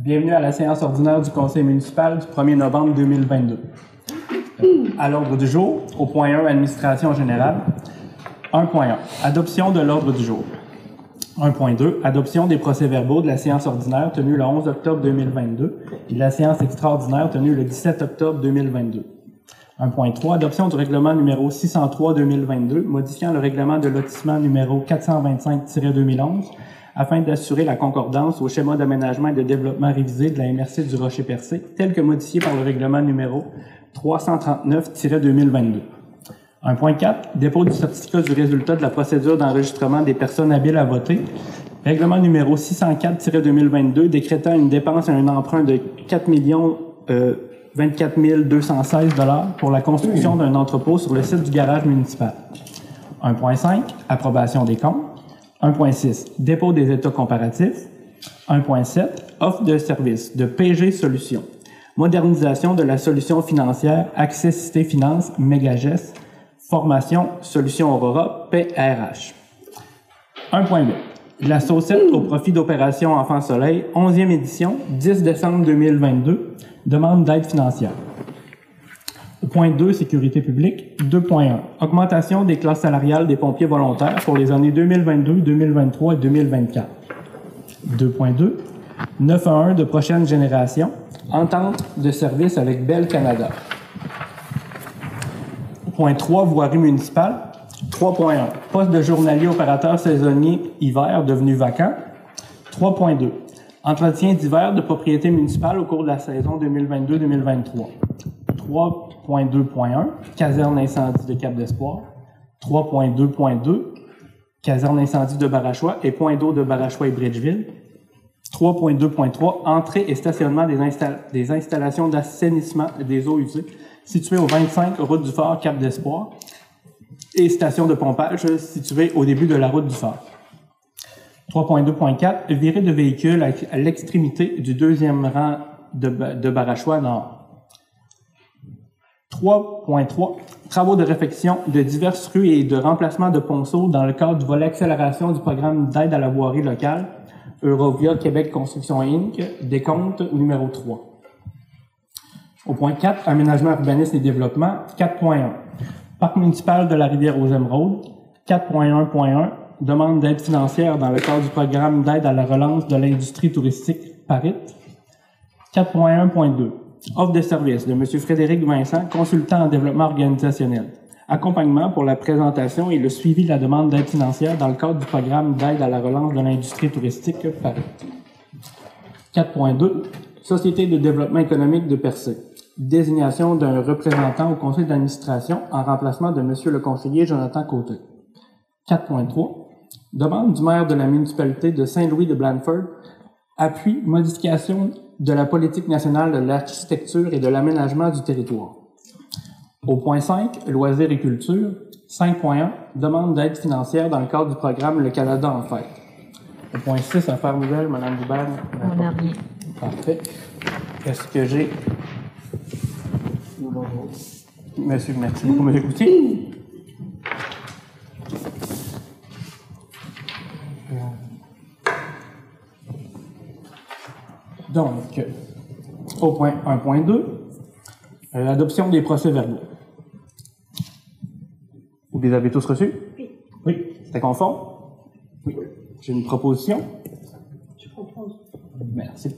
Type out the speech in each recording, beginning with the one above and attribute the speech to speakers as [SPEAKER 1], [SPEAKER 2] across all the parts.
[SPEAKER 1] Bienvenue à la séance ordinaire du Conseil municipal du 1er novembre 2022. À l'ordre du jour, au point 1, administration générale. 1.1, adoption de l'ordre du jour. 1.2, adoption des procès-verbaux de la séance ordinaire tenue le 11 octobre 2022 et de la séance extraordinaire tenue le 17 octobre 2022. 1.3, adoption du règlement numéro 603-2022, modifiant le règlement de lotissement numéro 425-2011 afin d'assurer la concordance au schéma d'aménagement et de développement révisé de la MRC du Rocher-Percé, tel que modifié par le règlement numéro 339-2022. 1.4, dépôt du certificat du résultat de la procédure d'enregistrement des personnes habiles à voter. Règlement numéro 604-2022, décrétant une dépense et un emprunt de 4 216 $ pour la construction d'un entrepôt sur le site du garage municipal. 1.5, approbation des comptes. 1.6, dépôt des états comparatifs. 1.7, offre de service de PG Solutions. Modernisation de la solution financière Accessité Finance Mégagest. Formation Solution Aurora PRH. 1.8. La saucette au profit d'Opération Enfant Soleil, 11e édition, 10 décembre 2022. Demande d'aide financière. Point 2, sécurité publique. 2.1, augmentation des classes salariales des pompiers volontaires pour les années 2022, 2023 et 2024. 2.2, 9.1 de prochaine génération, entente de service avec Bell Canada. Point 3, voirie municipale. 3.1, poste de journalier opérateur saisonnier hiver devenu vacant. 3.2, entretien d'hiver de propriété municipale au cours de la saison 2022-2023. 3.2.1, caserne incendie de Cap d'Espoir. 3.2.2, caserne incendie de Barachois et point d'eau de Barachois et Bridgeville. 3.2.3, entrée et stationnement des installations d'assainissement des eaux usées situées au 25 route du Fort Cap d'Espoir et station de pompage située au début de la route du Fort. 3.2.4, virée de véhicules à l'extrémité du deuxième rang de Barachois Nord. 3.3, travaux de réfection de diverses rues et de remplacement de ponceaux dans le cadre du volet accélération du programme d'aide à la voirie locale, Eurovia Québec Construction Inc., décompte numéro 3. Au point 4, aménagement, urbanisme et développement, 4.1, parc municipal de la Rivière aux Émeraudes, 4.1.1, demande d'aide financière dans le cadre du programme d'aide à la relance de l'industrie touristique PARIT. 4.1.2, offre de service de M. Frédéric Vincent, consultant en développement organisationnel. Accompagnement pour la présentation et le suivi de la demande d'aide financière dans le cadre du programme d'aide à la relance de l'industrie touristique PARIT. 4.2, Société de développement économique de Percé. Désignation d'un représentant au conseil d'administration en remplacement de M. le conseiller Jonathan Côté. 4.3, demande du maire de la municipalité de Saint-Louis de Blandford, appui, modification de la politique nationale de l'architecture et de l'aménagement du territoire. Au point 5, loisirs et culture. 5.1, demande d'aide financière dans le cadre du programme Le Canada en fête. Au point 6, affaires nouvelles, Mme Dubert.
[SPEAKER 2] On n'a rien.
[SPEAKER 1] Parfait. Est-ce que j'ai... Monsieur, merci beaucoup, M. Coutier. Donc, au point 1.2, adoption des procès-verbaux. Vous les avez tous reçus?
[SPEAKER 2] Oui.
[SPEAKER 1] Oui. C'est conforme? Oui. J'ai une proposition?
[SPEAKER 2] Je propose.
[SPEAKER 1] Merci.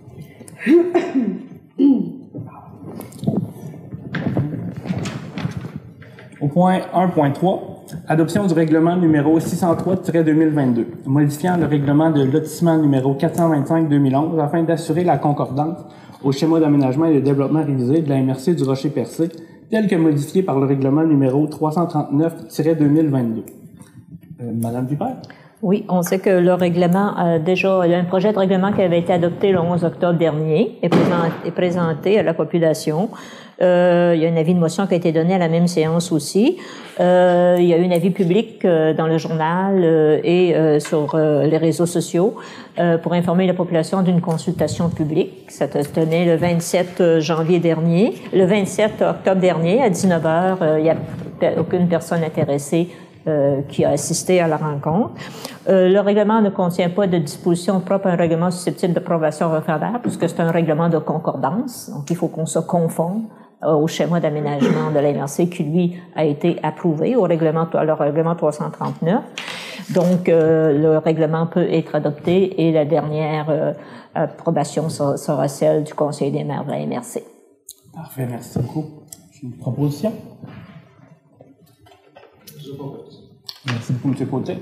[SPEAKER 1] Au point 1.3, adoption du règlement numéro 603-2022, modifiant le règlement de lotissement numéro 425-2011 afin d'assurer la concordance au schéma d'aménagement et de développement révisé de la MRC du Rocher-Percé, tel que modifié par le règlement numéro 339-2022. Madame Dupert?
[SPEAKER 2] Oui, on sait que le règlement, il y a un projet de règlement qui avait été adopté le 11 octobre dernier et présenté à la population. Il y a un avis de motion qui a été donné à la même séance aussi. Il y a eu un avis public dans le journal et sur les réseaux sociaux pour informer la population d'une consultation publique. Ça se tenait le 27 janvier dernier. Le 27 octobre dernier, à 19h, il n'y a aucune personne intéressée qui a assisté à la rencontre. Le règlement ne contient pas de dispositions propres à un règlement susceptible d'approbation référendaire, puisque c'est un règlement de concordance, donc il faut qu'on se conforme au schéma d'aménagement de la MRC qui, lui, a été approuvé au règlement 339. Donc, le règlement peut être adopté et la dernière approbation sera celle du Conseil des maires de la MRC.
[SPEAKER 1] Parfait, merci beaucoup. J'ai une proposition. Merci beaucoup, M. Côté.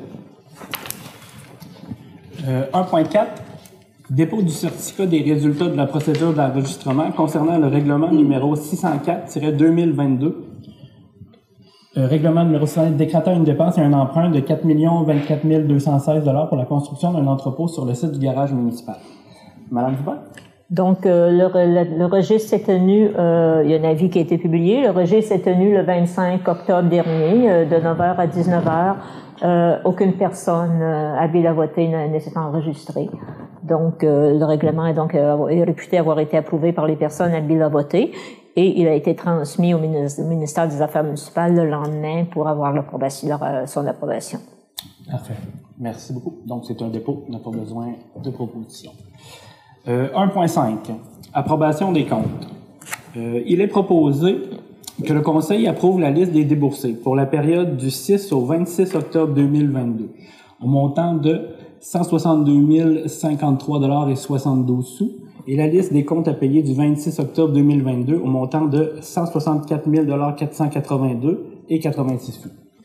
[SPEAKER 1] 1.4. Dépôt du certificat des résultats de la procédure d'enregistrement concernant le règlement numéro 604-2022. Règlement numéro 604 décrétant une dépense et un emprunt de 4 024 216 $ pour la construction d'un entrepôt sur le site du garage municipal. Madame Dubin?
[SPEAKER 2] Donc, le registre s'est tenu, il y a un avis qui a été publié, le registre s'est tenu le 25 octobre dernier, de 9h à 19h. Aucune personne habile à voter ne s'est enregistrée. Donc, le règlement est réputé avoir été approuvé par les personnes habiles à voter et il a été transmis au ministère des Affaires municipales le lendemain pour avoir son approbation.
[SPEAKER 1] Parfait. Merci beaucoup. Donc, c'est un dépôt, on n'a pas besoin de proposition. 1.5. Approbation des comptes. Il est proposé que le Conseil approuve la liste des déboursés pour la période du 6 au 26 octobre 2022 au montant de 162 053,72 $ et la liste des comptes à payer du 26 octobre 2022 au montant de 164 482,86 $.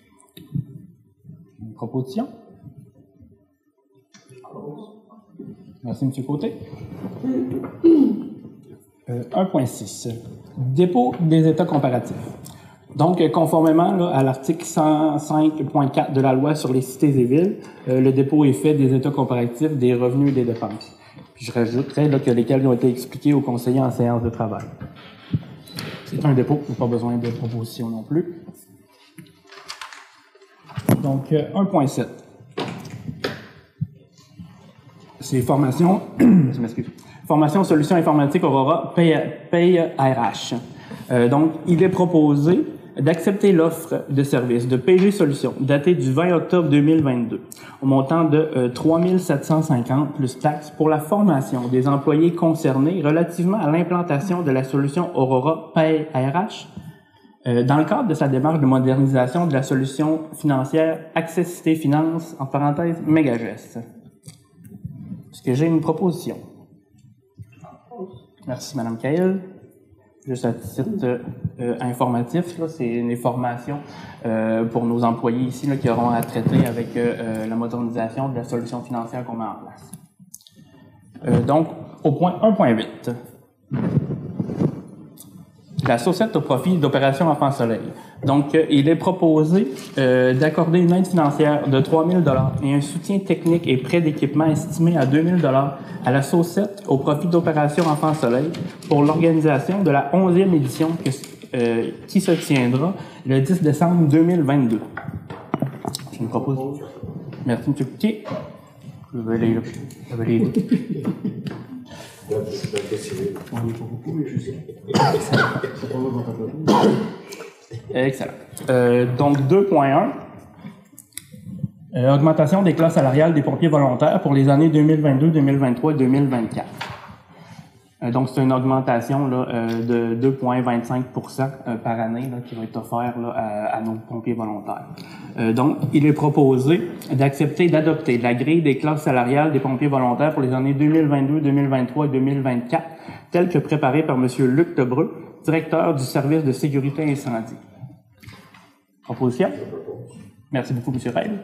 [SPEAKER 1] Une proposition? Merci, M. Côté. 1.6. Dépôt des états comparatifs. Donc, conformément là, à l'article 105.4 de la loi sur les cités et villes, le dépôt est fait des états comparatifs des revenus et des dépenses. Puis je rajouterais là, que lesquels ont été expliqués aux conseillers en séance de travail. C'est un dépôt, il n'y a pas besoin de proposition non plus. Donc, 1.7. C'est formation, je m'excuse. Formation solutions informatiques Aurora Paye RH. Donc, il est proposé d'accepter l'offre de service de PG Solutions datée du 20 octobre 2022 au montant de 3 750 plus taxes pour la formation des employés concernés relativement à l'implantation de la solution Aurora Paye RH dans le cadre de sa démarche de modernisation de la solution financière Accessité Finance, en parenthèse, Megagest. Est-ce que j'ai une proposition? Merci, Mme Cahill. Juste à titre informatif, c'est une formation pour nos employés ici là, qui auront à traiter avec la modernisation de la solution financière qu'on met en place. Donc, au point 1.8. La saucette au profit d'Opération Enfant Soleil. Donc, il est proposé d'accorder une aide financière de 3 000 $ et un soutien technique et prêt d'équipement estimé à 2 000 $ à la saucette au profit d'Opération Enfant Soleil pour l'organisation de la 11e édition qui se tiendra le 10 décembre 2022. Je me propose. Merci, M. Coutier. Je vais aller là. Excellent. Donc, 2.1. Augmentation des classes salariales des pompiers volontaires pour les années 2022, 2023 et 2024. Donc, c'est une augmentation là, de 2,25 % par année là, qui va être offerte là, à nos pompiers volontaires. Donc, il est proposé d'adopter la grille des classes salariales des pompiers volontaires pour les années 2022, 2023 et 2024, telle que préparée par M. Luc Debreu, directeur du service de sécurité incendie. Proposition? Merci beaucoup, M. Reil.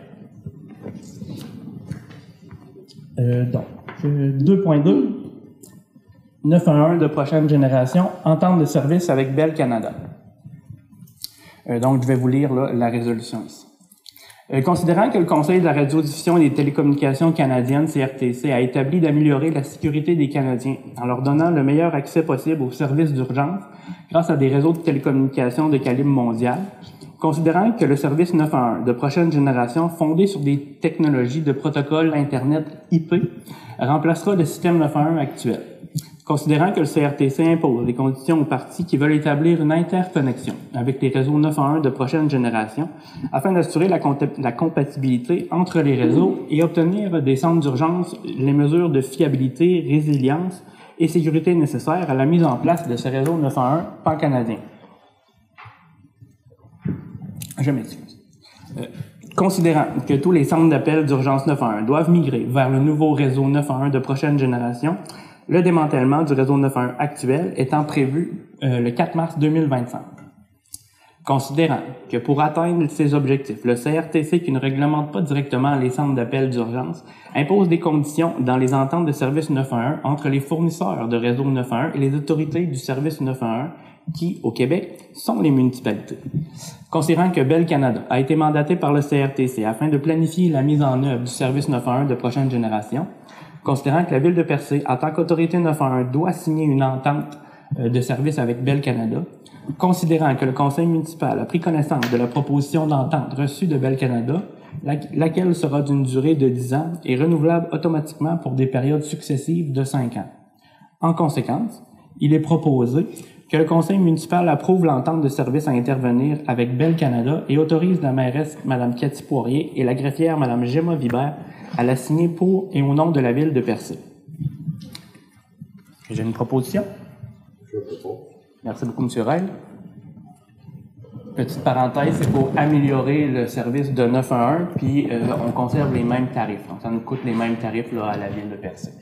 [SPEAKER 1] Donc, 2.2. 911 de prochaine génération, entente de service avec Bell Canada. Donc, je vais vous lire là, la résolution ici. Considérant que le Conseil de la radiodiffusion et des télécommunications canadiennes, CRTC, a établi d'améliorer la sécurité des Canadiens en leur donnant le meilleur accès possible aux services d'urgence grâce à des réseaux de télécommunications de calibre mondial, considérant que le service 911 de prochaine génération, fondé sur des technologies de protocole Internet IP, remplacera le système 911 actuel. Considérant que le CRTC impose des conditions aux parties qui veulent établir une interconnexion avec les réseaux 911 de prochaine génération afin d'assurer la compatibilité entre les réseaux et obtenir des centres d'urgence les mesures de fiabilité, résilience et sécurité nécessaires à la mise en place de ce réseau 911 pan-canadien. Je m'excuse. Considérant que tous les centres d'appel d'urgence 911 doivent migrer vers le nouveau réseau 911 de prochaine génération, le démantèlement du réseau 911 actuel étant prévu le 4 mars 2025. Considérant que pour atteindre ces objectifs, le CRTC, qui ne réglemente pas directement les centres d'appel d'urgence, impose des conditions dans les ententes de service 911 entre les fournisseurs de réseau 911 et les autorités du service 911 qui, au Québec, sont les municipalités. Considérant que Bell Canada a été mandaté par le CRTC afin de planifier la mise en œuvre du service 911 de prochaine génération, considérant que la Ville de Percé, en tant qu'autorité 911, doit signer une entente de service avec Bell Canada, considérant que le Conseil municipal a pris connaissance de la proposition d'entente reçue de Bell Canada, laquelle sera d'une durée de 10 ans et renouvelable automatiquement pour des périodes successives de 5 ans. En conséquence, il est proposé que le Conseil municipal approuve l'entente de service à intervenir avec Bell Canada et autorise la mairesse Mme Cathy Poirier et la greffière Mme Gemma Vibert à la signer pour et au nom de la Ville de Percé. J'ai une proposition.
[SPEAKER 3] Je propose.
[SPEAKER 1] Merci beaucoup, M. Rey. Petite parenthèse, c'est pour améliorer le service de 911, puis on conserve les mêmes tarifs. Donc, ça nous coûte les mêmes tarifs là, à la Ville de Percé.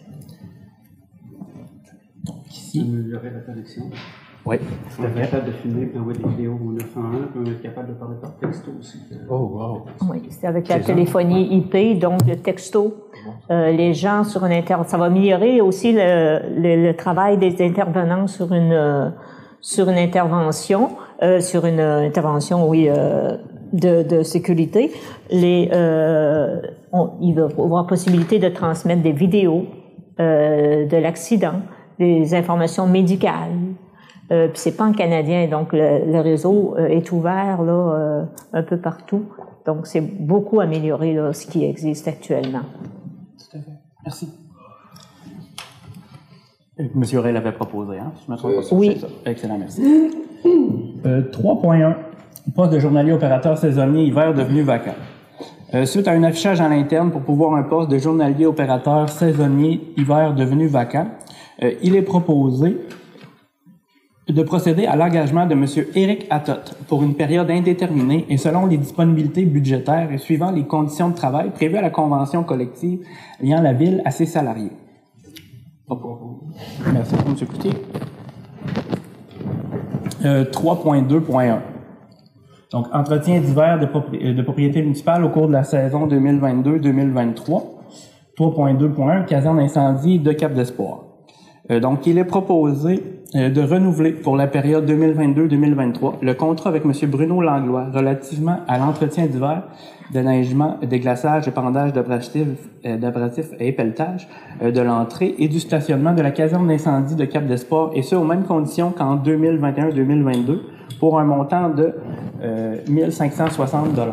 [SPEAKER 1] Donc, ici...
[SPEAKER 3] Améliorer la connexion.
[SPEAKER 1] Oui.
[SPEAKER 3] On est capable de filmer et d'envoyer des vidéos au 911, puis on est capable de parler par texto aussi.
[SPEAKER 1] Oh, wow.
[SPEAKER 2] Oui, c'est avec la téléphonie IP, donc le texto. Les gens sur une ça va améliorer aussi le travail des intervenants sur une intervention, oui, de sécurité. Il va y avoir possibilité de transmettre des vidéos de l'accident, des informations médicales. Puis c'est pas en canadien, donc le réseau est ouvert là un peu partout. Donc c'est beaucoup amélioré là, ce qui existe actuellement.
[SPEAKER 1] Tout à fait. Merci. Monsieur Rey l'avait proposé, hein? Je me trompe pas.
[SPEAKER 2] Oui.
[SPEAKER 1] Ça. Excellent, merci. 3.1. Poste de journalier opérateur saisonnier hiver devenu vacant. Suite à un affichage à l'interne pour pouvoir un poste de journalier opérateur saisonnier hiver devenu vacant, il est proposé de procéder à l'engagement de M. Éric Attot pour une période indéterminée et selon les disponibilités budgétaires et suivant les conditions de travail prévues à la convention collective liant la Ville à ses salariés. Merci beaucoup, M. Cloutier. 3.2.1. Donc, entretien d'hiver de propriété municipale au cours de la saison 2022-2023. 3.2.1, caserne d'incendie de Cap-d'Espoir. Donc, il est proposé de renouveler pour la période 2022-2023 le contrat avec M. Bruno Langlois relativement à l'entretien d'hiver, déneigement, déglaçage, épandage d'abrasifs et épelletage de l'entrée et du stationnement de la caserne d'incendie de Cap-d'Espoir, et ce, aux mêmes conditions qu'en 2021-2022, pour un montant de 1 560 $.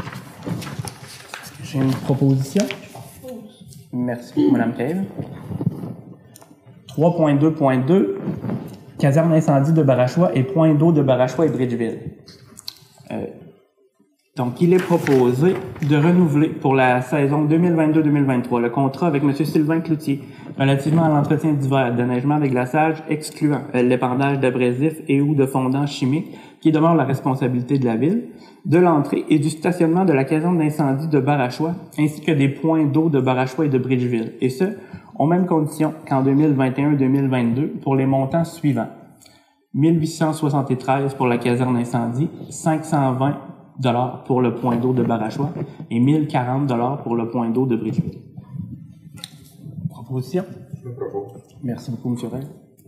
[SPEAKER 1] J'ai une proposition. Merci, Mme Cave. 3.2.2, caserne d'incendie de Barachois et point d'eau de Barachois et Bridgeville. Donc, il est proposé de renouveler pour la saison 2022-2023 le contrat avec M. Sylvain Cloutier relativement à l'entretien d'hiver, déneigement avec glaçage excluant l'épandage d'abrasifs et ou de fondants chimiques qui demeure la responsabilité de la Ville, de l'entrée et du stationnement de la caserne d'incendie de Barachois ainsi que des points d'eau de Barachois et de Bridgeville, et ce, aux mêmes conditions qu'en 2021-2022 pour les montants suivants. 1873 pour la caserne d'incendie, 520 $ pour le point d'eau de Barachois et 1040 $ pour le point d'eau de Bridgeville. Proposition?
[SPEAKER 3] Je propose.
[SPEAKER 1] Merci beaucoup, M. Rey.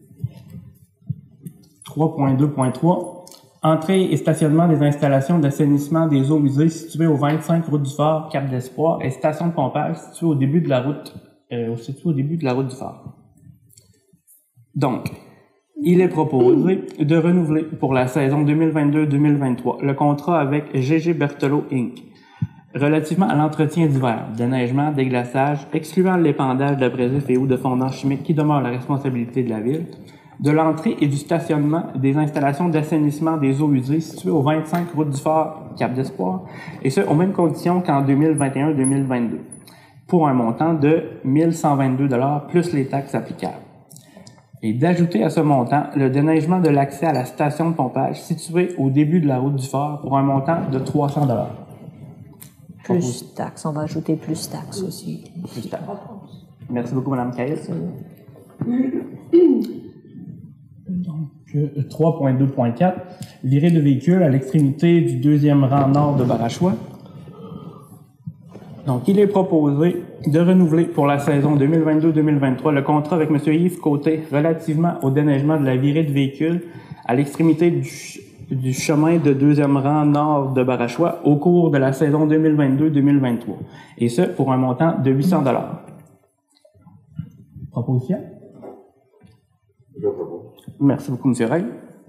[SPEAKER 1] 3.2.3. Entrée et stationnement des installations d'assainissement des eaux usées situées au 25 route du Phare, Cap-d'Espoir, et station de pompage située au début de la route du Phare. Donc, il est proposé de renouveler pour la saison 2022-2023 le contrat avec GG Berthelot Inc. relativement à l'entretien d'hiver, déneigement, déglaçage, excluant l'épandage d'abrasifs et ou de fondants chimiques qui demeurent la responsabilité de la Ville, de l'entrée et du stationnement des installations d'assainissement des eaux usées situées au 25 route du Fort Cap d'Espoir, et ce, aux mêmes conditions qu'en 2021-2022, pour un montant de 1 122 $ plus les taxes applicables. Et d'ajouter à ce montant le déneigement de l'accès à la station de pompage située au début de la route du Fort pour un montant de 300 $.
[SPEAKER 2] Plus taxes, on va ajouter plus taxes aussi.
[SPEAKER 1] Plus taxes. Merci beaucoup, Mme Caïs. Donc, 3.2.4, virée de véhicule à l'extrémité du deuxième rang nord de Barachois. Donc, il est proposé de renouveler pour la saison 2022-2023 le contrat avec M. Yves Côté relativement au déneigement de la virée de véhicule à l'extrémité du chemin de deuxième rang nord de Barachois au cours de la saison 2022-2023. Et ce, pour un montant de 800 $. Proposition?
[SPEAKER 4] Je propose.
[SPEAKER 1] Merci beaucoup, M. Rey.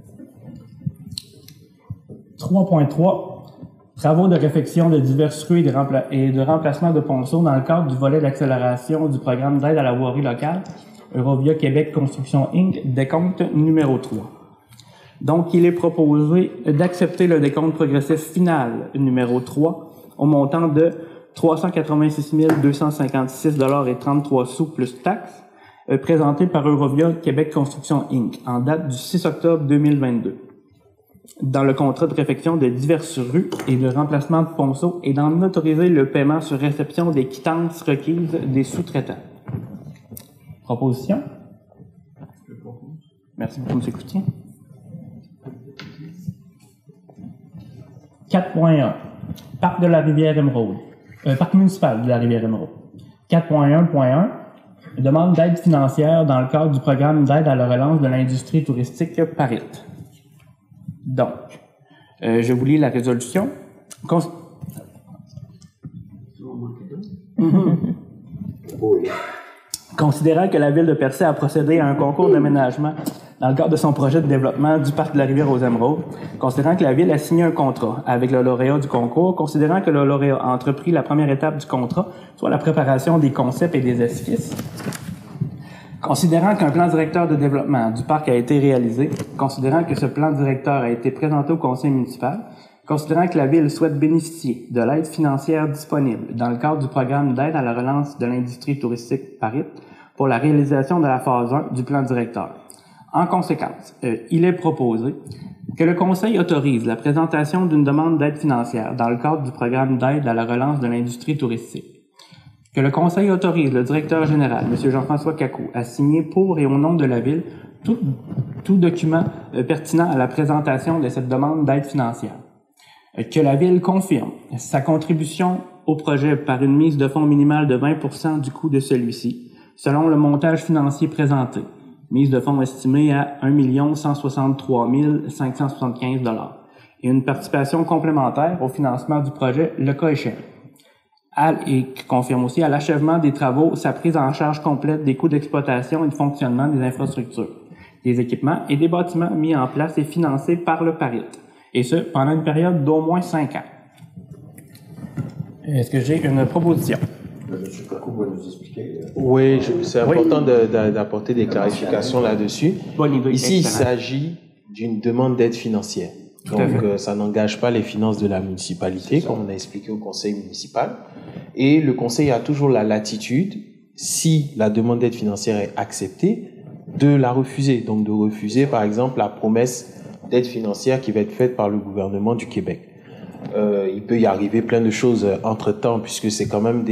[SPEAKER 1] 3.3. Travaux de réfection de diverses rues et de remplacement de ponceaux dans le cadre du volet d'accélération du programme d'aide à la voirie locale, Eurovia Québec Construction Inc., décompte numéro 3. Donc, il est proposé d'accepter le décompte progressif final numéro 3 au montant de 386 256 $ 33 sous plus taxes, présenté par Eurovia Québec Construction Inc. en date du 6 octobre 2022. Dans le contrat de réfection de diverses rues et de remplacement de ponceaux et d'en autoriser le paiement sur réception des quittances requises des sous-traitants. Proposition? Merci beaucoup, M. Coutier. 4.1. Parc de la rivière Émeraude. Parc municipal de la rivière Émeraude. 4.1.1. Demande d'aide financière dans le cadre du programme d'aide à la relance de l'industrie touristique PARIT. Donc, je vous lis la résolution. Considérant que la Ville de Percé a procédé à un concours d'aménagement dans le cadre de son projet de développement du parc de la rivière aux Émeraudes, considérant que la Ville a signé un contrat avec le lauréat du concours, considérant que le lauréat a entrepris la première étape du contrat, soit la préparation des concepts et des esquisses, considérant qu'un plan directeur de développement du parc a été réalisé, considérant que ce plan directeur a été présenté au conseil municipal, considérant que la Ville souhaite bénéficier de l'aide financière disponible dans le cadre du programme d'aide à la relance de l'industrie touristique PARIT pour la réalisation de la phase 1 du plan directeur. En conséquence, il est proposé que le conseil autorise la présentation d'une demande d'aide financière dans le cadre du programme d'aide à la relance de l'industrie touristique. Que le Conseil autorise le directeur général, M. Jean-François Cacou, à signer pour et au nom de la Ville tout document pertinent à la présentation de cette demande d'aide financière. Que la Ville confirme sa contribution au projet par une mise de fonds minimale de 20% du coût de celui-ci, selon le montage financier présenté. Mise de fonds estimée à 1 163 575 $. Et une participation complémentaire au financement du projet, le cas échéant. Et qui confirme aussi à l'achèvement des travaux sa prise en charge complète des coûts d'exploitation et de fonctionnement des infrastructures, des équipements et des bâtiments mis en place et financés par le PARIT, et ce, pendant une période d'au moins 5 ans. Est-ce que j'ai une proposition?
[SPEAKER 4] M. Cacou va nous expliquer.
[SPEAKER 5] Oui, c'est important d'apporter des clarifications là-dessus. Ici, il s'agit d'une demande d'aide financière. Donc, ça n'engage pas les finances de la municipalité, comme on a expliqué au conseil municipal. Et le conseil a toujours la latitude, si la demande d'aide financière est acceptée, de la refuser. Donc, de refuser, par exemple, la promesse d'aide financière qui va être faite par le gouvernement du Québec. Il peut y arriver plein de choses entre-temps, puisque c'est quand même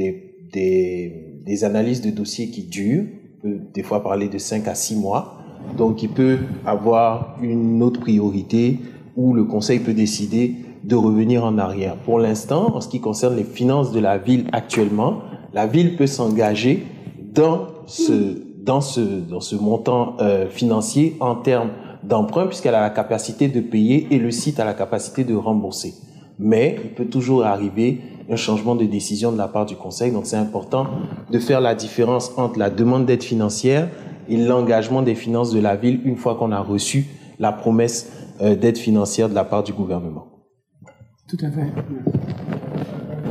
[SPEAKER 5] des analyses de dossiers qui durent. On peut des fois parler de 5 à 6 mois. Donc, il peut avoir une autre priorité où le conseil peut décider de revenir en arrière. Pour l'instant, en ce qui concerne les finances de la ville actuellement, la ville peut s'engager dans ce montant financier en termes d'emprunt, puisqu'elle a la capacité de payer et le site a la capacité de rembourser. Mais il peut toujours arriver un changement de décision de la part du conseil. Donc, c'est important de faire la différence entre la demande d'aide financière et l'engagement des finances de la ville une fois qu'on a reçu la promesse d'aide financière de la part du gouvernement.
[SPEAKER 1] Tout à fait.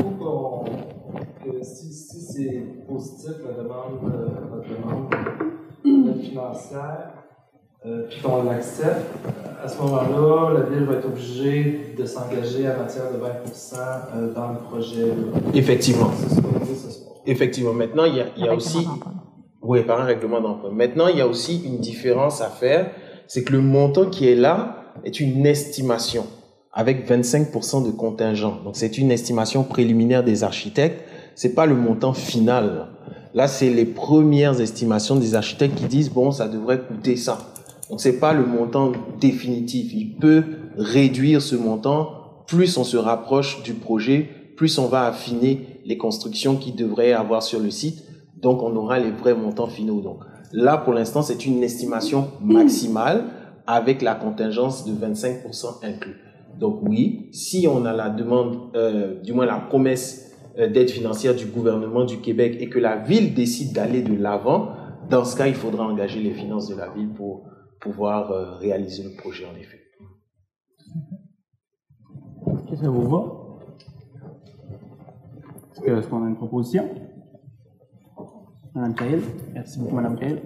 [SPEAKER 6] c'est positif la demande d'aide financière, puis qu'on l'accepte, à ce moment-là, la Ville va être obligée de s'engager en matière de 20% dans le projet.
[SPEAKER 5] Effectivement.
[SPEAKER 6] C'est ce qu'on dit ce soir.
[SPEAKER 5] Effectivement. Maintenant, il y a aussi... Oui, par un règlement d'emprunt. Maintenant, il y a aussi une différence à faire, c'est que le montant qui est là est une estimation avec 25% de contingent. Donc, c'est une estimation préliminaire des architectes. C'est pas le montant final. Là, c'est les premières estimations des architectes qui disent, bon, ça devrait coûter ça. Donc, c'est pas le montant définitif. Il peut réduire ce montant. Plus on se rapproche du projet, plus on va affiner les constructions qu'il devrait avoir sur le site. Donc, on aura les vrais montants finaux. Donc, là, pour l'instant, c'est une estimation maximale avec la contingence de 25% inclus. Donc, oui, si on a la demande, du moins la promesse d'aide financière du gouvernement du Québec et que la Ville décide d'aller de l'avant, dans ce cas, il faudra engager les finances de la Ville pour pouvoir réaliser le projet, en effet.
[SPEAKER 1] Est-ce que ça vous va? Est-ce qu'on a une proposition? Madame Cahill. Merci beaucoup, Madame Cahill.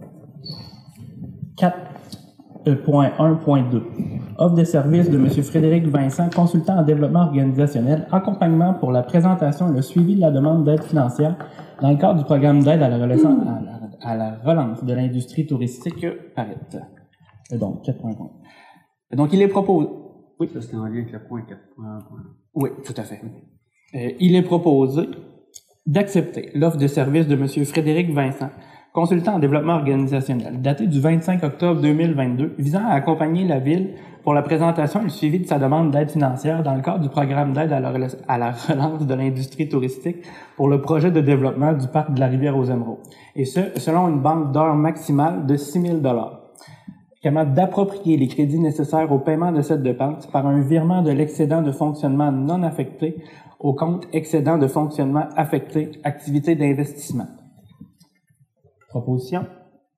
[SPEAKER 1] 4.1.2. Offre de service de M. Frédéric Vincent, consultant en développement organisationnel, accompagnement pour la présentation et le suivi de la demande d'aide financière dans le cadre du programme d'aide à la relance de l'industrie touristique Paret. Donc, 4.1. Donc, il est proposé...
[SPEAKER 3] Oui, ça c'était en lien avec le point 4.1.
[SPEAKER 1] Oui, tout à fait. Il est proposé d'accepter l'offre de service de M. Frédéric Vincent, consultant en développement organisationnel, daté du 25 octobre 2022, visant à accompagner la Ville pour la présentation et le suivi de sa demande d'aide financière dans le cadre du programme d'aide à la relance de l'industrie touristique pour le projet de développement du parc de la Rivière aux Émeraudes, et ce, selon une banque d'heures maximale de 6 000 $. Capable d'approprier les crédits nécessaires au paiement de cette dépense par un virement de l'excédent de fonctionnement non affecté au compte excédent de fonctionnement affecté, activité d'investissement. Proposition?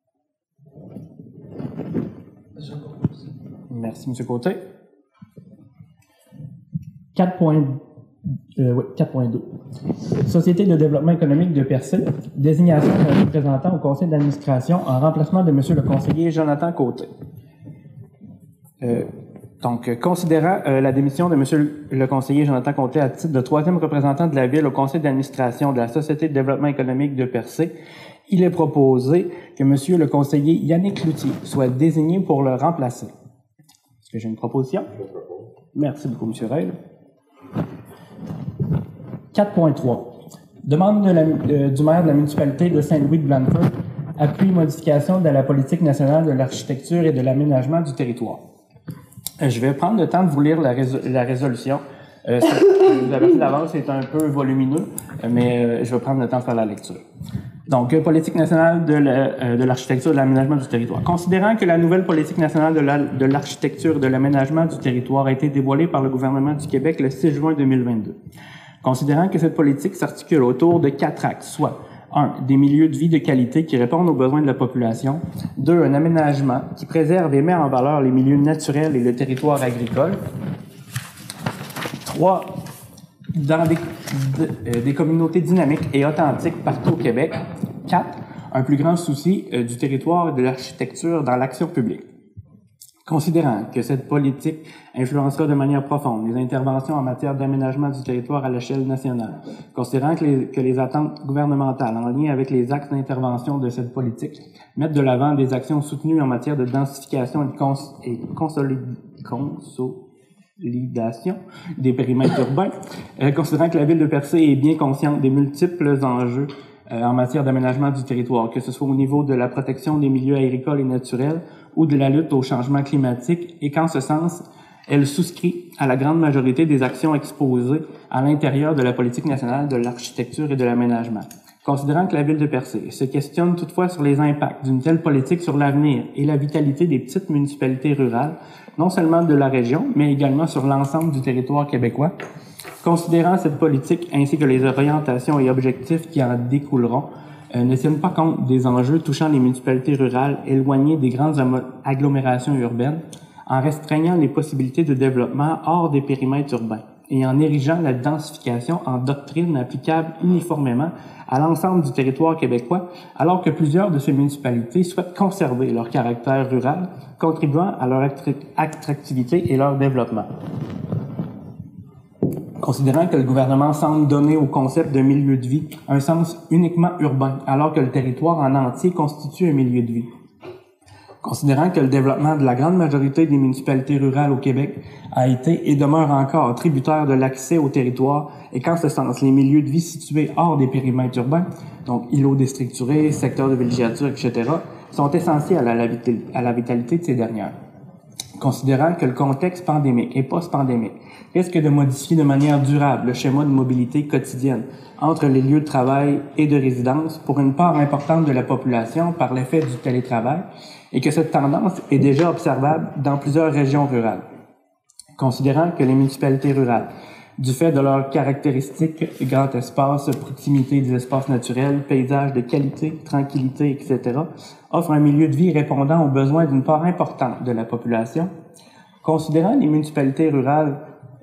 [SPEAKER 1] Merci, M. Côté. 4.2. Société de développement économique de Percé, désignation d'un représentant au conseil d'administration en remplacement de M. le conseiller Jonathan Côté. Donc, considérant la démission de M. le conseiller Jonathan Côté à titre de troisième représentant de la Ville au conseil d'administration de la Société de développement économique de Percé, il est proposé que M. le conseiller Yannick Cloutier soit désigné pour le remplacer. Est-ce que j'ai une proposition?
[SPEAKER 4] Je propose.
[SPEAKER 1] Merci beaucoup, M. Reil. 4.3. Demande du maire de la municipalité de Saint-Louis-de-Blanford, appui modification de la politique nationale de l'architecture et de l'aménagement du territoire. Je vais prendre le temps de vous lire la résolution. Vous avez vu d'avance, c'est un peu volumineux, mais je vais prendre le temps de faire la lecture. Donc, politique nationale de l'architecture et de l'aménagement du territoire. Considérant que la nouvelle politique nationale de l'architecture et de l'aménagement du territoire a été dévoilée par le gouvernement du Québec le 6 juin 2022. Considérant que cette politique s'articule autour de 4 axes, soit 1. Des milieux de vie de qualité qui répondent aux besoins de la population. 2. Un aménagement qui préserve et met en valeur les milieux naturels et le territoire agricole. 3. Dans des communautés dynamiques et authentiques partout au Québec. 4. Un plus grand souci du territoire et de l'architecture dans l'action publique. Considérant que cette politique influencera de manière profonde les interventions en matière d'aménagement du territoire à l'échelle nationale, considérant que les attentes gouvernementales en lien avec les axes d'intervention de cette politique mettent de l'avant des actions soutenues en matière de densification et consolidation des périmètres urbains, considérant que la Ville de Percé est bien consciente des multiples enjeux en matière d'aménagement du territoire, que ce soit au niveau de la protection des milieux agricoles et naturels ou de la lutte au changement climatique, et qu'en ce sens, elle souscrit à la grande majorité des actions exposées à l'intérieur de la politique nationale de l'architecture et de l'aménagement. Considérant que la Ville de Percé se questionne toutefois sur les impacts d'une telle politique sur l'avenir et la vitalité des petites municipalités rurales, non seulement de la région, mais également sur l'ensemble du territoire québécois, considérant cette politique ainsi que les orientations et objectifs qui en découleront, ne tiennent pas compte des enjeux touchant les municipalités rurales éloignées des grandes agglomérations urbaines, en restreignant les possibilités de développement hors des périmètres urbains, et en érigeant la densification en doctrine applicable uniformément à l'ensemble du territoire québécois, alors que plusieurs de ces municipalités souhaitent conserver leur caractère rural, contribuant à leur attractivité et leur développement. Considérant que le gouvernement semble donner au concept de milieu de vie un sens uniquement urbain, alors que le territoire en entier constitue un milieu de vie. Considérant que le développement de la grande majorité des municipalités rurales au Québec a été et demeure encore tributaire de l'accès au territoire et qu'en ce sens, les milieux de vie situés hors des périmètres urbains, donc îlots déstructurés, secteurs de villégiature, etc., sont essentiels à la vitalité de ces dernières. Considérant que le contexte pandémique et post-pandémique risque de modifier de manière durable le schéma de mobilité quotidienne entre les lieux de travail et de résidence pour une part importante de la population par l'effet du télétravail, et que cette tendance est déjà observable dans plusieurs régions rurales. Considérant que les municipalités rurales, du fait de leurs caractéristiques, grand espace, proximité des espaces naturels, paysages de qualité, tranquillité, etc., offrent un milieu de vie répondant aux besoins d'une part importante de la population, considérant que les municipalités rurales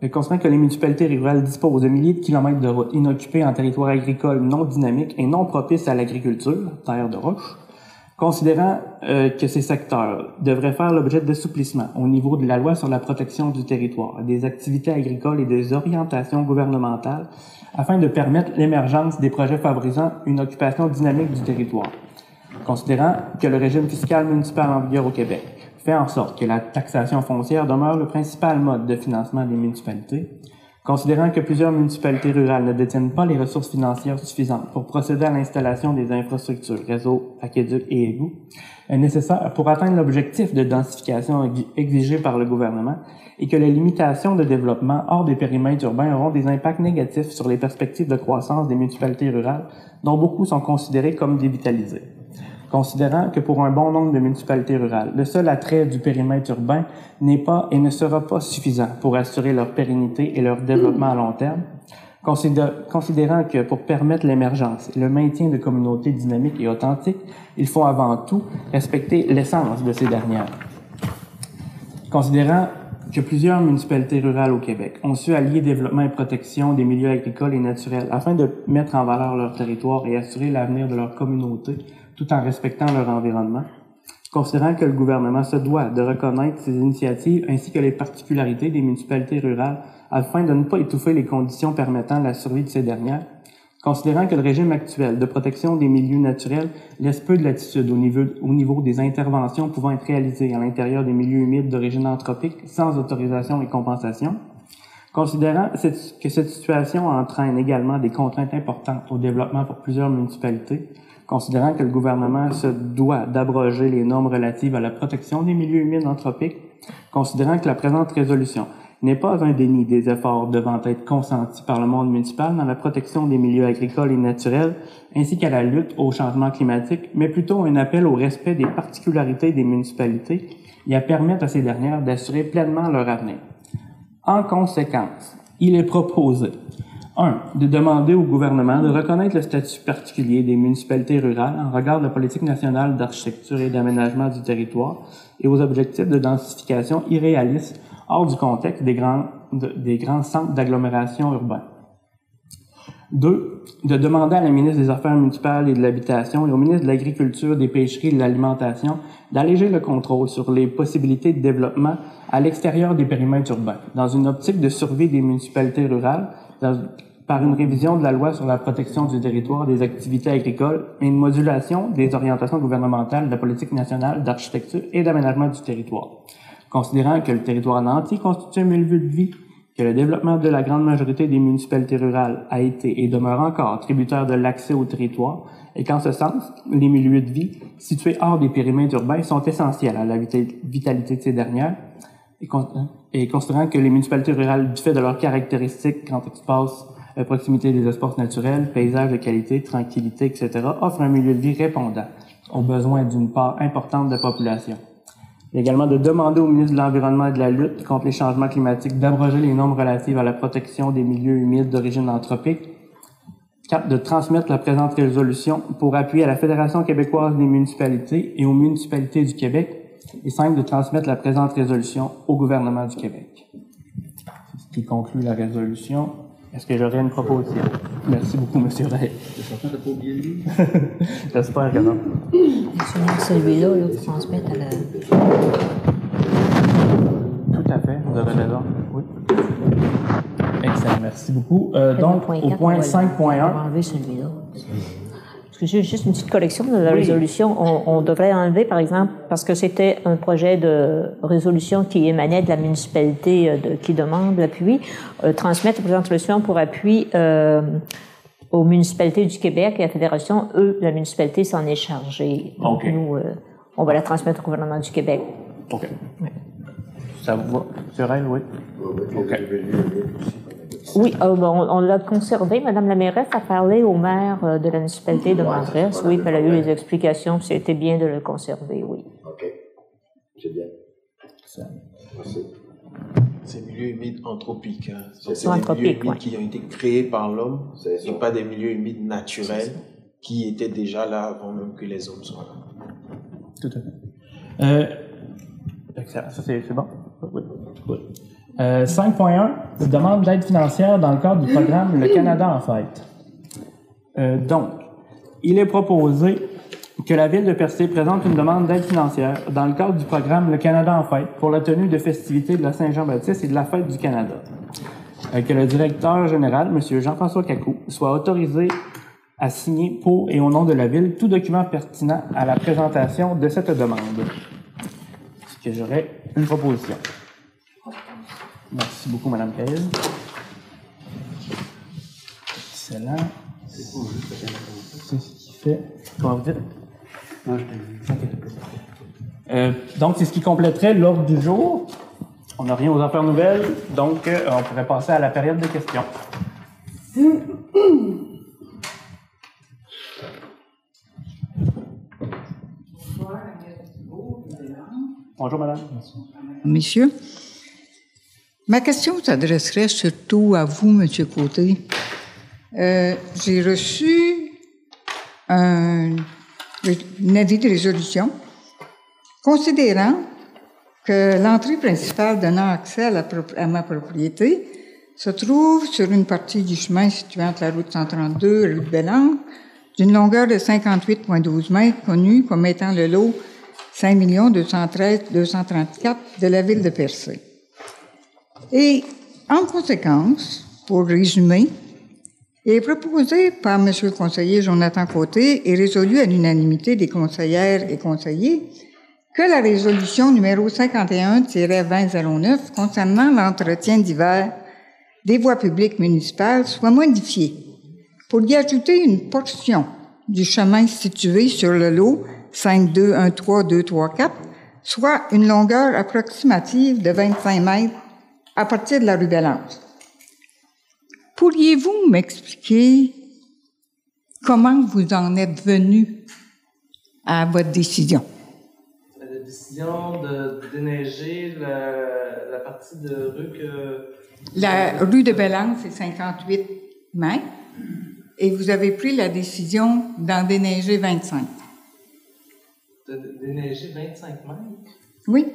[SPEAKER 1] disposent de milliers de kilomètres de routes inoccupées en territoire agricole non dynamique et non propice à l'agriculture, terre de roche, considérant que ces secteurs devraient faire l'objet d'assouplissement au niveau de la loi sur la protection du territoire, des activités agricoles et des orientations gouvernementales afin de permettre l'émergence des projets favorisant une occupation dynamique du territoire. Considérant que le régime fiscal municipal en vigueur au Québec fait en sorte que la taxation foncière demeure le principal mode de financement des municipalités, considérant que plusieurs municipalités rurales ne détiennent pas les ressources financières suffisantes pour procéder à l'installation des infrastructures, réseaux, aqueducs et égouts, nécessaires pour atteindre l'objectif de densification exigé par le gouvernement et que les limitations de développement hors des périmètres urbains auront des impacts négatifs sur les perspectives de croissance des municipalités rurales, dont beaucoup sont considérées comme dévitalisées. Considérant que pour un bon nombre de municipalités rurales, le seul attrait du périmètre urbain n'est pas et ne sera pas suffisant pour assurer leur pérennité et leur développement à long terme, considérant que pour permettre l'émergence et le maintien de communautés dynamiques et authentiques, il faut avant tout respecter l'essence de ces dernières. Considérant que plusieurs municipalités rurales au Québec ont su allier développement et protection des milieux agricoles et naturels afin de mettre en valeur leur territoire et assurer l'avenir de leur communauté, tout en respectant leur environnement, considérant que le gouvernement se doit de reconnaître ces initiatives ainsi que les particularités des municipalités rurales afin de ne pas étouffer les conditions permettant la survie de ces dernières, considérant que le régime actuel de protection des milieux naturels laisse peu de latitude au niveau des interventions pouvant être réalisées à l'intérieur des milieux humides d'origine anthropique sans autorisation et compensation, considérant que cette situation entraîne également des contraintes importantes au développement pour plusieurs municipalités, considérant que le gouvernement se doit d'abroger les normes relatives à la protection des milieux humides anthropiques, considérant que la présente résolution n'est pas un déni des efforts devant être consentis par le monde municipal dans la protection des milieux agricoles et naturels, ainsi qu'à la lutte au changement climatique, mais plutôt un appel au respect des particularités des municipalités et à permettre à ces dernières d'assurer pleinement leur avenir. En conséquence, il est proposé 1. De demander au gouvernement de reconnaître le statut particulier des municipalités rurales en regard de la politique nationale d'architecture et d'aménagement du territoire et aux objectifs de densification irréalistes hors du contexte des grands centres d'agglomération urbains. 2. De demander à la ministre des Affaires municipales et de l'Habitation et au ministre de l'Agriculture, des Pêcheries et de l'Alimentation d'alléger le contrôle sur les possibilités de développement à l'extérieur des périmètres urbains, dans une optique de survie des municipalités rurales, par une révision de la loi sur la protection du territoire des activités agricoles et une modulation des orientations gouvernementales de la politique nationale d'architecture et d'aménagement du territoire. Considérant que le territoire en entier constitue un milieu de vie, que le développement de la grande majorité des municipalités rurales a été et demeure encore tributaire de l'accès au territoire, et qu'en ce sens, les milieux de vie situés hors des périmètres urbains sont essentiels à la vitalité de ces dernières, et considérant que les municipalités rurales, du fait de leurs caractéristiques, grand espace, proximité des espaces naturels, paysages de qualité, tranquillité, etc., offrent un milieu de vie répondant aux besoins d'une part importante de la population. Et également de demander au ministre de l'Environnement et de la lutte contre les changements climatiques d'abroger les normes relatives à la protection des milieux humides d'origine anthropique. 4. De transmettre la présente résolution pour appuyer à la Fédération québécoise des municipalités et aux municipalités du Québec. Et 5. De transmettre la présente résolution au gouvernement du Québec. qui conclut la résolution. Est-ce que j'aurais une proposition? Merci beaucoup, M. Ray.
[SPEAKER 3] C'est certain, t'as pas oublié lui?
[SPEAKER 1] J'espère que non.
[SPEAKER 2] Celui-là, là, pour transmettre à la...
[SPEAKER 1] Tout à fait, vous avez raison. Oui. Excellent, merci beaucoup. Donc, au point 5.1.
[SPEAKER 2] On va enlever celui-là. Parce que j'ai juste une petite correction de la résolution. On devrait enlever, par exemple, parce que c'était un projet de résolution qui émanait de la municipalité qui demande l'appui, transmettre la présente résolution pour appui aux municipalités du Québec et à la Fédération. Eux, la municipalité s'en est chargée. Donc, nous, on va la transmettre au gouvernement du Québec.
[SPEAKER 1] OK. Oui. Ça vous va? Sur elle, oui? OK.
[SPEAKER 2] Oui, on l'a conservé. Madame la mairesse a parlé au maire de la municipalité de Montresse. Oui, puis elle a eu les explications, puis c'était bien de le conserver, oui.
[SPEAKER 4] OK. C'est bien. Merci.
[SPEAKER 5] C'est milieux humides anthropiques. Hein. C'est des
[SPEAKER 2] Anthropiques,
[SPEAKER 5] milieux humides qui ont été créés par l'homme et pas des milieux humides naturels qui étaient déjà là avant même que les hommes soient là.
[SPEAKER 1] Tout à fait. Excellent. Ça, c'est bon? Oui. Oui. 5.1, demande d'aide financière dans le cadre du programme Le Canada en fête. Donc, il est proposé que la Ville de Percé présente une demande d'aide financière dans le cadre du programme Le Canada en fête pour la tenue de festivités de la Saint-Jean-Baptiste et de la Fête du Canada. Que le directeur général, M. Jean-François Cacou, soit autorisé à signer pour et au nom de la Ville tout document pertinent à la présentation de cette demande. Est-ce que j'aurais une proposition? Merci beaucoup, Mme Cahill. Excellent.
[SPEAKER 3] C'est cool, juste
[SPEAKER 1] C'est ce qui fait... Comment vous dites?
[SPEAKER 3] Non, je t'ai dit.
[SPEAKER 1] Donc, c'est ce qui compléterait l'ordre du jour. On n'a rien aux affaires nouvelles, donc on pourrait passer à la période de questions. Bonjour, madame.
[SPEAKER 7] Messieurs, ma question s'adresserait surtout à vous, Monsieur Côté. J'ai reçu un avis de résolution considérant que l'entrée principale donnant accès à ma propriété se trouve sur une partie du chemin situé entre la route 132 et la route Bellange, d'une longueur de 58,12 mètres, connue comme étant le lot 5 213 234 de la ville de Percé. Et, en conséquence, pour résumer, il est proposé par M. le conseiller Jonathan Côté et résolu à l'unanimité des conseillères et conseillers que la résolution numéro 51-2009 concernant l'entretien d'hiver des voies publiques municipales soit modifiée pour y ajouter une portion du chemin situé sur le lot 5213234, soit une longueur approximative de 25 mètres à partir de la rue Bellange. Pourriez-vous m'expliquer comment vous en êtes venu à votre décision?
[SPEAKER 6] La décision de déneiger la partie de rue que...
[SPEAKER 7] La rue de Bellange, c'est 58 mètres, et vous avez pris la décision d'en déneiger 25.
[SPEAKER 6] De déneiger 25 mètres?
[SPEAKER 7] Oui.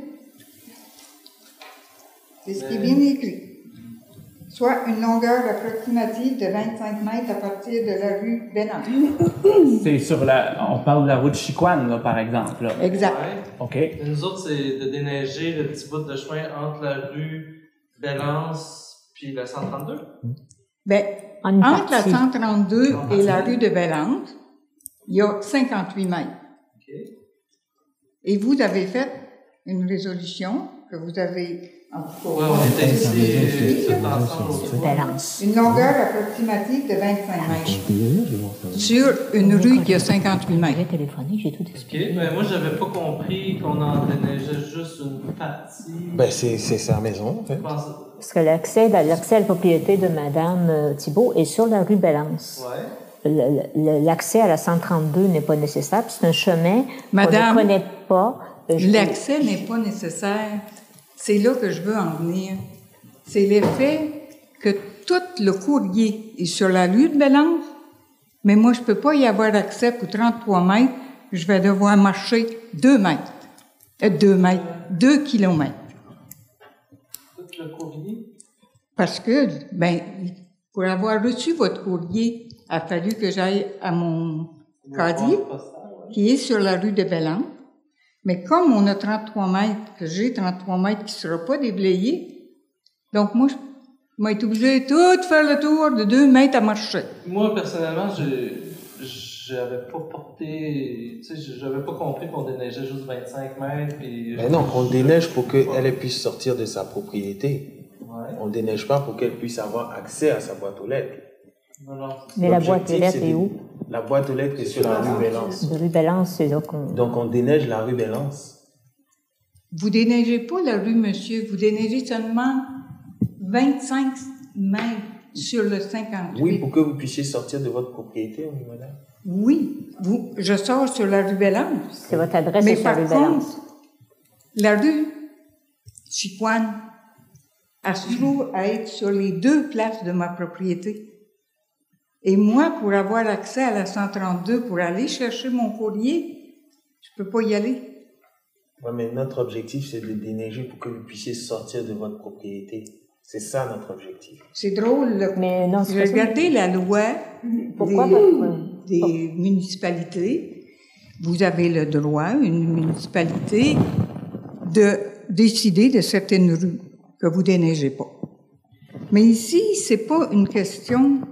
[SPEAKER 7] C'est ce qui est bien écrit. Soit une longueur approximative de 25 mètres à partir de la rue Bellange.
[SPEAKER 1] C'est sur on parle de la route Chicoine, là, par exemple. Là.
[SPEAKER 7] Exact.
[SPEAKER 6] Ouais.
[SPEAKER 1] OK.
[SPEAKER 6] Et nous autres, c'est de déneiger le petit bout de chemin entre la rue Bellange puis la 132?
[SPEAKER 7] Bien,
[SPEAKER 2] Une
[SPEAKER 7] entre la
[SPEAKER 2] partie.
[SPEAKER 7] 132 et la rue de Bellange, il y a 58 mètres.
[SPEAKER 6] OK.
[SPEAKER 7] Et vous avez fait une résolution que vous avez en tout
[SPEAKER 6] Ouais, on était ici tout ensemble l'autre fois.
[SPEAKER 2] Balance.
[SPEAKER 7] une longueur approximative de 25 mètres sur une rue qui a 58 mètres.
[SPEAKER 2] J'ai téléphoné, j'ai tout
[SPEAKER 6] OK,
[SPEAKER 2] expliqué.
[SPEAKER 6] mais moi, j'avais pas compris qu'on en déneigeait juste une partie.
[SPEAKER 5] Ben, c'est sa maison, en fait.
[SPEAKER 6] Je pense...
[SPEAKER 2] Parce que l'accès à la propriété de Mme Thibault est sur la rue Bellange.
[SPEAKER 6] Ouais.
[SPEAKER 2] L'accès à la 132 n'est pas nécessaire, puis c'est un chemin qu'on
[SPEAKER 7] Madame,
[SPEAKER 2] ne connaît pas.
[SPEAKER 7] L'accès n'est pas nécessaire. C'est là que je veux en venir. C'est l'effet que tout le courrier est sur la rue de Bellange, mais moi, je ne peux pas y avoir accès pour 33 mètres. Je vais devoir marcher 2 mètres. 2 kilomètres.
[SPEAKER 6] Tout le courrier?
[SPEAKER 7] Parce que, pour avoir reçu votre courrier, il a fallu que j'aille à mon casier, qui est sur la rue de Bellemare. Mais comme on a 33 mètres, que j'ai 33 mètres qui ne sera pas déblayé, donc moi, je vais être obligée de tout faire le tour de 2 mètres à marcher.
[SPEAKER 6] Moi, personnellement, j'avais pas porté, tu sais, j'avais pas compris qu'on déneigeait juste 25 mètres.
[SPEAKER 5] Mais non, on déneige pour qu'elle puisse sortir de sa propriété. Ouais. On déneige pas pour qu'elle puisse avoir accès à sa boîte aux lettres.
[SPEAKER 6] Non.
[SPEAKER 2] Mais la boîte aux lettres est où?
[SPEAKER 5] La boîte aux lettres est sur la rue Bellance.
[SPEAKER 2] La rue Bellance, c'est là qu'on...
[SPEAKER 5] Donc on déneige la rue Bellance.
[SPEAKER 7] Vous déneigez pas la rue, monsieur. Vous déneigez seulement 25 mètres sur le 58.
[SPEAKER 5] Oui, pour que vous puissiez sortir de votre propriété, oui, madame.
[SPEAKER 7] Oui, je sors sur la rue Bellance.
[SPEAKER 2] C'est votre adresse sur la rue Bellance.
[SPEAKER 7] La rue Chicoine, elle se trouve à être sur les 2 places de ma propriété. Et moi, pour avoir accès à la 132, pour aller chercher mon courrier, je peux pas y aller.
[SPEAKER 5] Oui, mais notre objectif, c'est de déneiger pour que vous puissiez sortir de votre propriété. C'est ça notre objectif.
[SPEAKER 7] C'est drôle, là.
[SPEAKER 2] Mais non,
[SPEAKER 7] j'ai regardé la loi des municipalités. Vous avez le droit, une municipalité, de décider de certaines rues que vous déneigez pas. Mais ici, c'est pas une question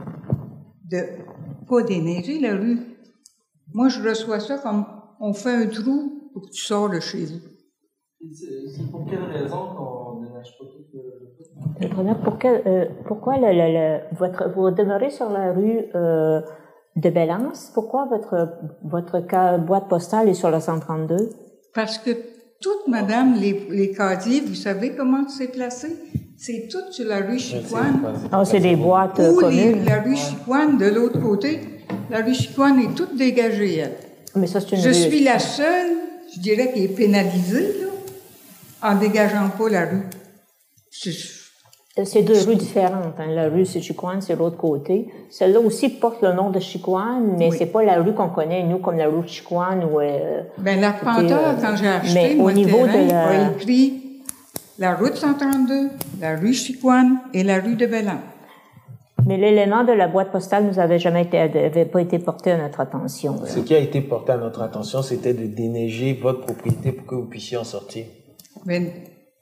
[SPEAKER 7] de pas déneiger la rue. Moi, je reçois ça comme on fait un trou pour que tu sors de chez vous.
[SPEAKER 6] C'est pour quelle raison qu'on déneige pas tout le...
[SPEAKER 2] Pourquoi vous demeurez sur la rue de Bellance? Pourquoi votre boîte postale est sur la 132?
[SPEAKER 7] Parce que toutes, madame, les casiers, vous savez comment c'est placé? C'est tout sur la rue Chicoine.
[SPEAKER 2] Ah, c'est des boîtes communes.
[SPEAKER 7] La rue Chicoine, de l'autre côté, la rue Chicoine est toute dégagée, elle.
[SPEAKER 2] Mais ça, c'est une
[SPEAKER 7] Je suis la seule, je dirais, qui est pénalisée, là, en dégageant pas la rue.
[SPEAKER 2] C'est 2 rues différentes. Hein. La rue, c'est Chicoine, c'est l'autre côté. Celle-là aussi porte le nom de Chicoine, mais c'est pas la rue qu'on connaît, nous, comme la rue Chicoine.
[SPEAKER 7] L'arpenteur, quand j'ai acheté mon terrain, a écrit la route 132, la rue Chicoine et la rue de Bellemare.
[SPEAKER 2] Mais l'élément de la boîte postale nous avait pas été porté à notre attention.
[SPEAKER 5] Ce qui a été porté à notre attention, c'était de déneiger votre propriété pour que vous puissiez en sortir.
[SPEAKER 7] Mais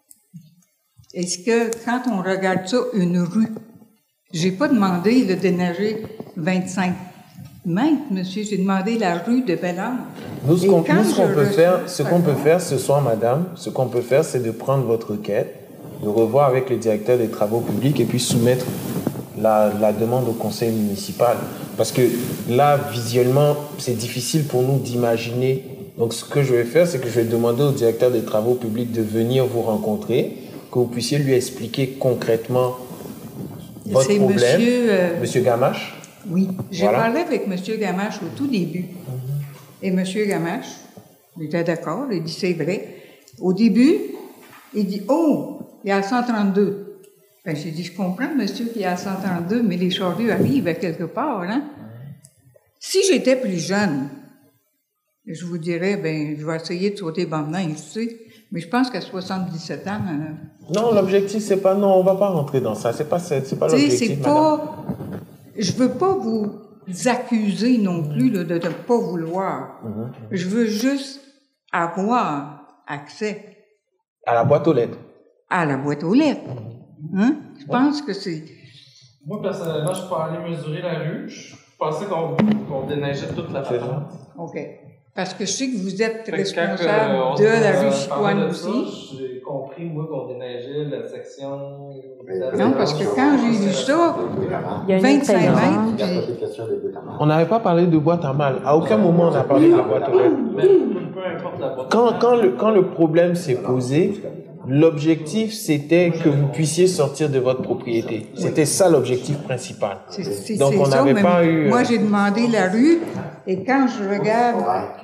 [SPEAKER 7] est-ce que, quand on regarde ça, une rue, j'ai pas demandé de déneiger 25 mètres, monsieur, j'ai demandé la rue de Bellemare.
[SPEAKER 5] Ce qu'on peut faire ce soir, madame, ce qu'on peut faire, c'est de prendre votre requête, de revoir avec le directeur des travaux publics et puis soumettre la demande au conseil municipal. Parce que là, visuellement, c'est difficile pour nous d'imaginer. Donc, ce que je vais faire, c'est que je vais demander au directeur des travaux publics de venir vous rencontrer, que vous puissiez lui expliquer concrètement votre problème. Monsieur Gamache?
[SPEAKER 7] Oui, j'ai parlé avec Monsieur Gamache au tout début. Et Monsieur Gamache, il était d'accord, il dit c'est vrai. Au début, il dit oh, il y a 132. J'ai dit je comprends, monsieur, qu'il y a 132, mais les charrues arrivent à quelque part, hein. Si j'étais plus jeune, je vous dirais, je vais essayer de sauter bandant ici. Mais je pense qu'à 77 ans...
[SPEAKER 5] Non, l'objectif, c'est pas... Non, on va pas rentrer dans ça. C'est pas l'objectif, madame.
[SPEAKER 7] Je veux pas vous accuser non plus de ne pas vouloir. Je veux juste avoir accès.
[SPEAKER 5] À la boîte aux lettres.
[SPEAKER 7] À la boîte aux lettres. Hein? Je pense que c'est...
[SPEAKER 6] Moi, personnellement, je suis pas allé mesurer la rue. Je pensais qu'on déneigeait toute la patente.
[SPEAKER 7] OK. Parce que je sais que vous êtes responsable de la rue Chicoine aussi.
[SPEAKER 6] J'ai compris, moi, qu'on déneigeait la section...
[SPEAKER 7] Non, parce que quand j'ai vu ça, 25 mètres...
[SPEAKER 5] On n'avait pas parlé de boîte à mal. À aucun moment, on a parlé de boîte aux lettres.
[SPEAKER 6] Peu importe la boîte.
[SPEAKER 5] Quand le problème s'est posé, l'objectif, c'était que vous puissiez sortir de votre propriété. C'était ça l'objectif principal. Donc, on n'avait pas eu...
[SPEAKER 7] Moi, j'ai demandé la rue, et quand je regarde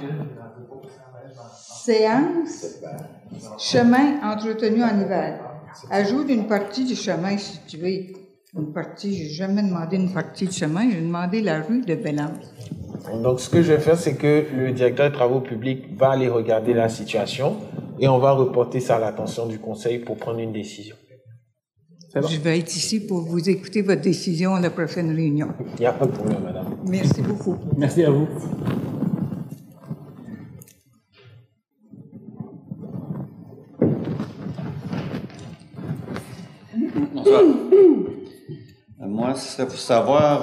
[SPEAKER 7] séance, chemin entretenu en hiver, ajoute une partie du chemin situé. Une partie, j'ai jamais demandé une partie de chemin, j'ai demandé la rue de Bellemare.
[SPEAKER 5] Donc, ce que je vais faire, c'est que le directeur des travaux publics va aller regarder la situation et on va reporter ça à l'attention du conseil pour prendre une décision. C'est bon.
[SPEAKER 7] Je vais être ici pour vous écouter votre décision à la prochaine réunion.
[SPEAKER 5] Il n'y a pas de problème, madame.
[SPEAKER 7] Merci beaucoup.
[SPEAKER 1] Merci à vous.
[SPEAKER 8] Bonsoir. Moi, c'est pour savoir,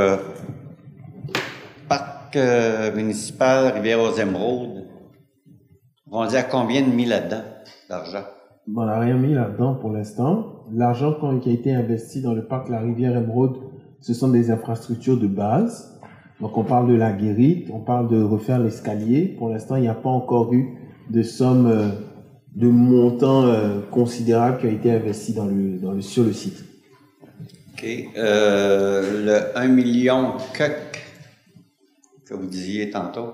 [SPEAKER 8] parc municipal Rivière-aux-Émeraudes, on dit à combien de mis là-dedans, d'argent?
[SPEAKER 5] Bon, on n'a rien mis là-dedans pour l'instant. L'argent qui a été investi dans le parc La Rivière-Émeraude, ce sont des infrastructures de base. Donc, on parle de la guérite, on parle de refaire l'escalier. Pour l'instant, il n'y a pas encore eu de somme, de montant considérable qui a été investi sur le site.
[SPEAKER 8] OK. Le 1 million que vous disiez tantôt,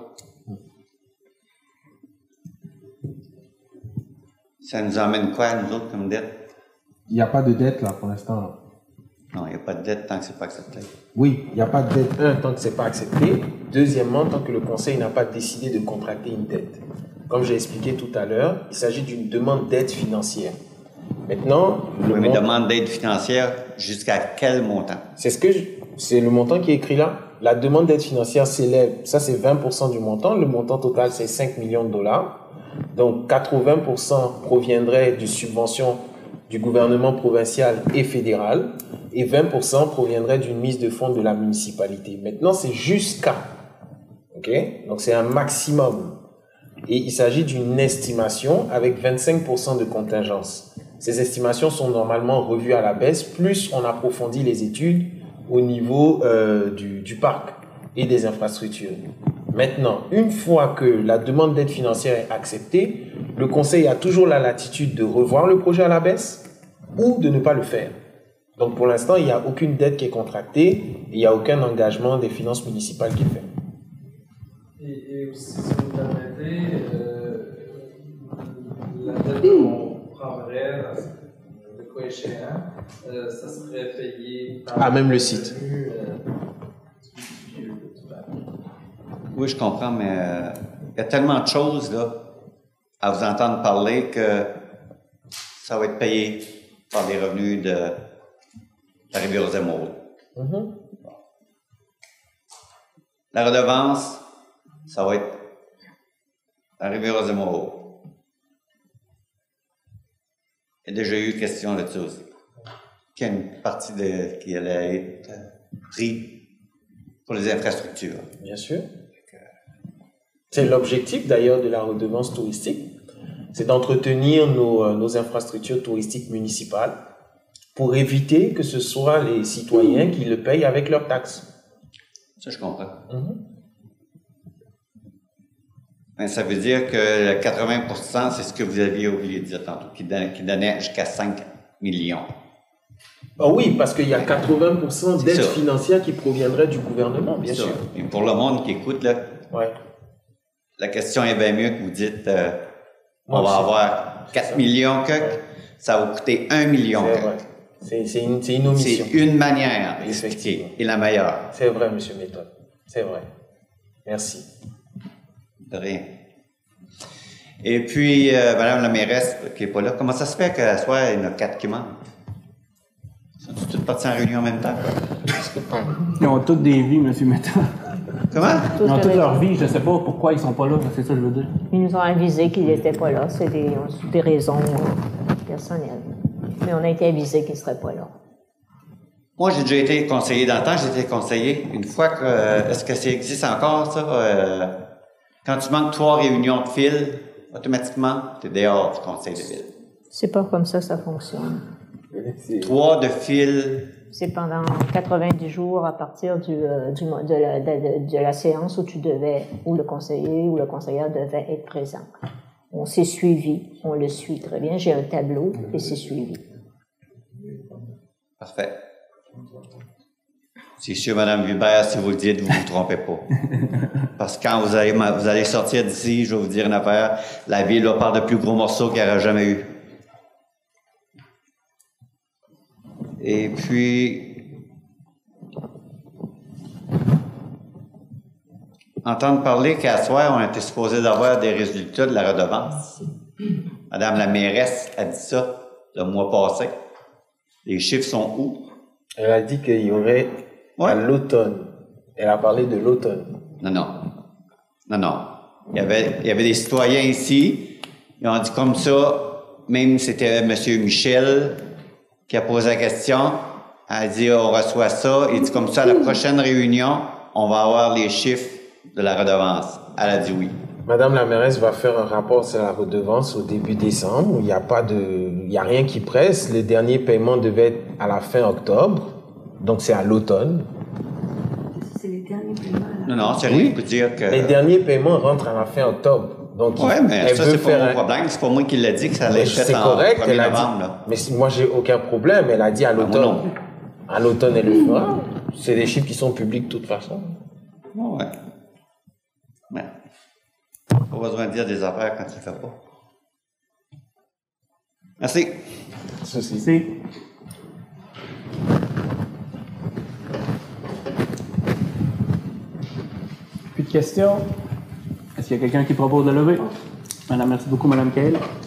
[SPEAKER 8] ça nous emmène quoi à nous autres comme dette?
[SPEAKER 5] Il n'y a pas de dette là pour l'instant. Là.
[SPEAKER 8] Non, il n'y a pas de dette tant que c'est pas accepté.
[SPEAKER 5] Oui, il n'y a pas de dette, tant que ce n'est pas accepté. Deuxièmement, tant que le conseil n'a pas décidé de contracter une dette. Comme j'ai expliqué tout à l'heure, il s'agit d'une demande d'aide financière. Maintenant,
[SPEAKER 8] Mais demande d'aide financière jusqu'à quel montant?
[SPEAKER 5] C'est le montant qui est écrit là. La demande d'aide financière s'élève, ça c'est 20% du montant. Le montant total c'est 5 millions de dollars. Donc 80% proviendrait de subventions du gouvernement provincial et fédéral et 20% proviendrait d'une mise de fonds de la municipalité. Maintenant c'est jusqu'à. Ok? Donc c'est un maximum. Et il s'agit d'une estimation avec 25% de contingence. Ces estimations sont normalement revues à la baisse, plus on approfondit les études au niveau du parc et des infrastructures. Maintenant, une fois que la demande d'aide financière est acceptée, le conseil a toujours la latitude de revoir le projet à la baisse ou de ne pas le faire. Donc pour l'instant, il n'y a aucune dette qui est contractée et il n'y a aucun engagement des finances municipales qui est fait.
[SPEAKER 6] Et aussi, si vous me permettez, la dette qu'on prendrait, le cas échéant, ça serait payé par...
[SPEAKER 5] Même le site.
[SPEAKER 8] Oui, je comprends, mais il y a tellement de choses là, à vous entendre parler que ça va être payé par les revenus de la Rivière-aux-Émeraudes. La redevance, ça va être la Rivière-aux-Émeraudes. Il y a déjà eu question de ça aussi. Qu'il y a une partie qui allait être prise pour les infrastructures.
[SPEAKER 5] Bien sûr. C'est l'objectif d'ailleurs de la redevance touristique, c'est d'entretenir nos infrastructures touristiques municipales pour éviter que ce soit les citoyens qui le payent avec leurs taxes.
[SPEAKER 8] Ça, je comprends. Mais ça veut dire que le 80%, c'est ce que vous aviez oublié de dire tantôt, qui donnait jusqu'à 5 millions.
[SPEAKER 5] Ah oui, parce qu'il y a 80% d'aide financière qui proviendrait du gouvernement, bien sûr.
[SPEAKER 8] Et pour le monde qui écoute, là,
[SPEAKER 5] ouais.
[SPEAKER 8] La question est bien mieux que vous dites on va avoir 4 millions ça va coûter 1 million.
[SPEAKER 5] C'est une omission.
[SPEAKER 8] C'est une manière d'expliquer, et la meilleure.
[SPEAKER 5] C'est vrai, M. Méthode. C'est vrai. Merci.
[SPEAKER 8] De rien. Et puis, Mme la mairesse, qui n'est pas là, comment ça se fait qu'à soir, il y en a 4 qui manquent? Sont-ils toutes partis en réunion en même temps?
[SPEAKER 1] Ils ont toutes des vies, M. Méthode.
[SPEAKER 8] Comment?
[SPEAKER 1] Ils ont toute leur vie, je ne sais pas pourquoi ils ne sont pas là, c'est ça que je veux dire.
[SPEAKER 2] Ils nous ont avisé qu'ils n'étaient pas là, c'est des raisons personnelles. Mais on a été avisés qu'ils ne seraient pas là.
[SPEAKER 8] Moi, j'ai déjà été conseiller dans le temps, j'ai été conseiller une fois que... Est-ce que ça existe encore, ça? Quand tu manques 3 réunions de fil, automatiquement, tu es dehors du conseil de ville.
[SPEAKER 2] C'est pas comme ça que ça fonctionne.
[SPEAKER 8] 3 de fil...
[SPEAKER 2] C'est pendant 90 jours à partir de la séance où le conseiller ou le conseillère devait être présent. On s'est suivi, on le suit très bien. J'ai un tableau et c'est suivi.
[SPEAKER 8] Parfait. C'est sûr, Mme Hubert, si vous le dites, vous ne vous trompez pas. Parce que quand vous allez sortir d'ici, je vais vous dire une affaire, la ville va part de plus gros morceaux qu'il n'y aura jamais eu. Et puis, entendre parler qu'à soir, on était supposé d'avoir des résultats de la redevance. Madame la mairesse a dit ça le mois passé. Les chiffres sont où?
[SPEAKER 5] Elle a dit qu'il y aurait à l'automne. Elle a parlé de l'automne.
[SPEAKER 8] Non. Il y avait des citoyens ici. Ils ont dit comme ça, même c'était M. Michel qui a posé la question. Elle a dit, on reçoit ça. Il dit comme ça, à la prochaine réunion, on va avoir les chiffres de la redevance. Elle a dit oui.
[SPEAKER 5] Madame la mairesse va faire un rapport sur la redevance au début décembre. Il n'y a rien qui presse. Le dernier paiement devait être à la fin octobre. Donc, c'est à l'automne.
[SPEAKER 9] C'est les derniers paiements.
[SPEAKER 8] Non, sérieux, je peux dire que...
[SPEAKER 5] Les derniers paiements rentrent à la fin octobre. Donc,
[SPEAKER 8] mais ça, c'est pas mon problème. C'est pas moi qui l'ai dit que ça allait être fait en 1er novembre. Là.
[SPEAKER 5] Mais moi, j'ai aucun problème. Elle a dit à l'automne. À l'automne, elle le fera. C'est des chiffres qui sont publics de toute façon.
[SPEAKER 8] Ouais. Mais, pas besoin de dire des affaires quand tu ne fais pas. Merci.
[SPEAKER 1] Merci. Plus de questions? Est-ce qu'il y a quelqu'un qui propose de lever? Madame, merci beaucoup, Madame Kael.